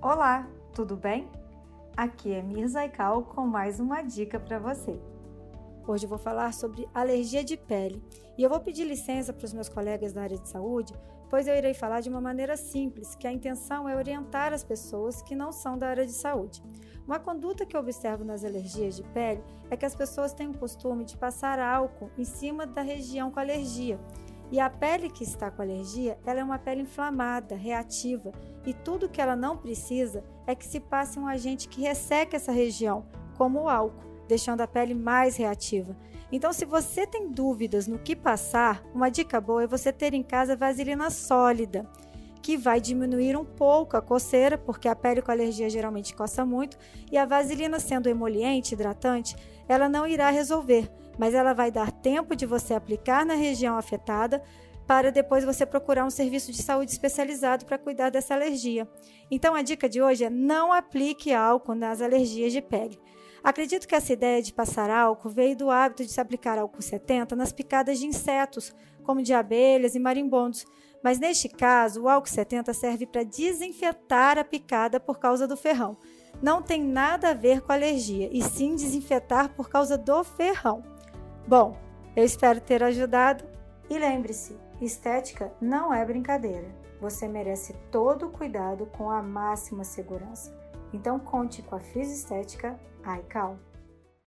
Olá, tudo bem? Aqui é Mirza Aikal com mais uma dica para você. Hoje eu vou falar sobre alergia de pele e eu vou pedir licença para os meus colegas da área de saúde, pois eu irei falar de uma maneira simples, que a intenção é orientar as pessoas que não são da área de saúde. Uma conduta que eu observo nas alergias de pele é que as pessoas têm o costume de passar álcool em cima da região com alergia. E a pele que está com alergia, ela é uma pele inflamada, reativa, e tudo que ela não precisa é que se passe um agente que resseque essa região, como o álcool, deixando a pele mais reativa. Então, se você tem dúvidas no que passar, uma dica boa é você ter em casa vaselina sólida, que vai diminuir um pouco a coceira, porque a pele com alergia geralmente coça muito, e a vaselina sendo emoliente, hidratante, ela não irá resolver, mas ela vai dar tempo de você aplicar na região afetada para depois você procurar um serviço de saúde especializado para cuidar dessa alergia. Então a dica de hoje é não aplique álcool nas alergias de pele. Acredito que essa ideia de passar álcool veio do hábito de se aplicar álcool 70 nas picadas de insetos, como de abelhas e marimbondos, mas neste caso o álcool 70 serve para desinfetar a picada por causa do ferrão. Não tem nada a ver com alergia, e sim desinfetar por causa do ferrão. Bom, eu espero ter ajudado e lembre-se, estética não é brincadeira. Você merece todo o cuidado com a máxima segurança. Então conte com a Fisioestética Aikal.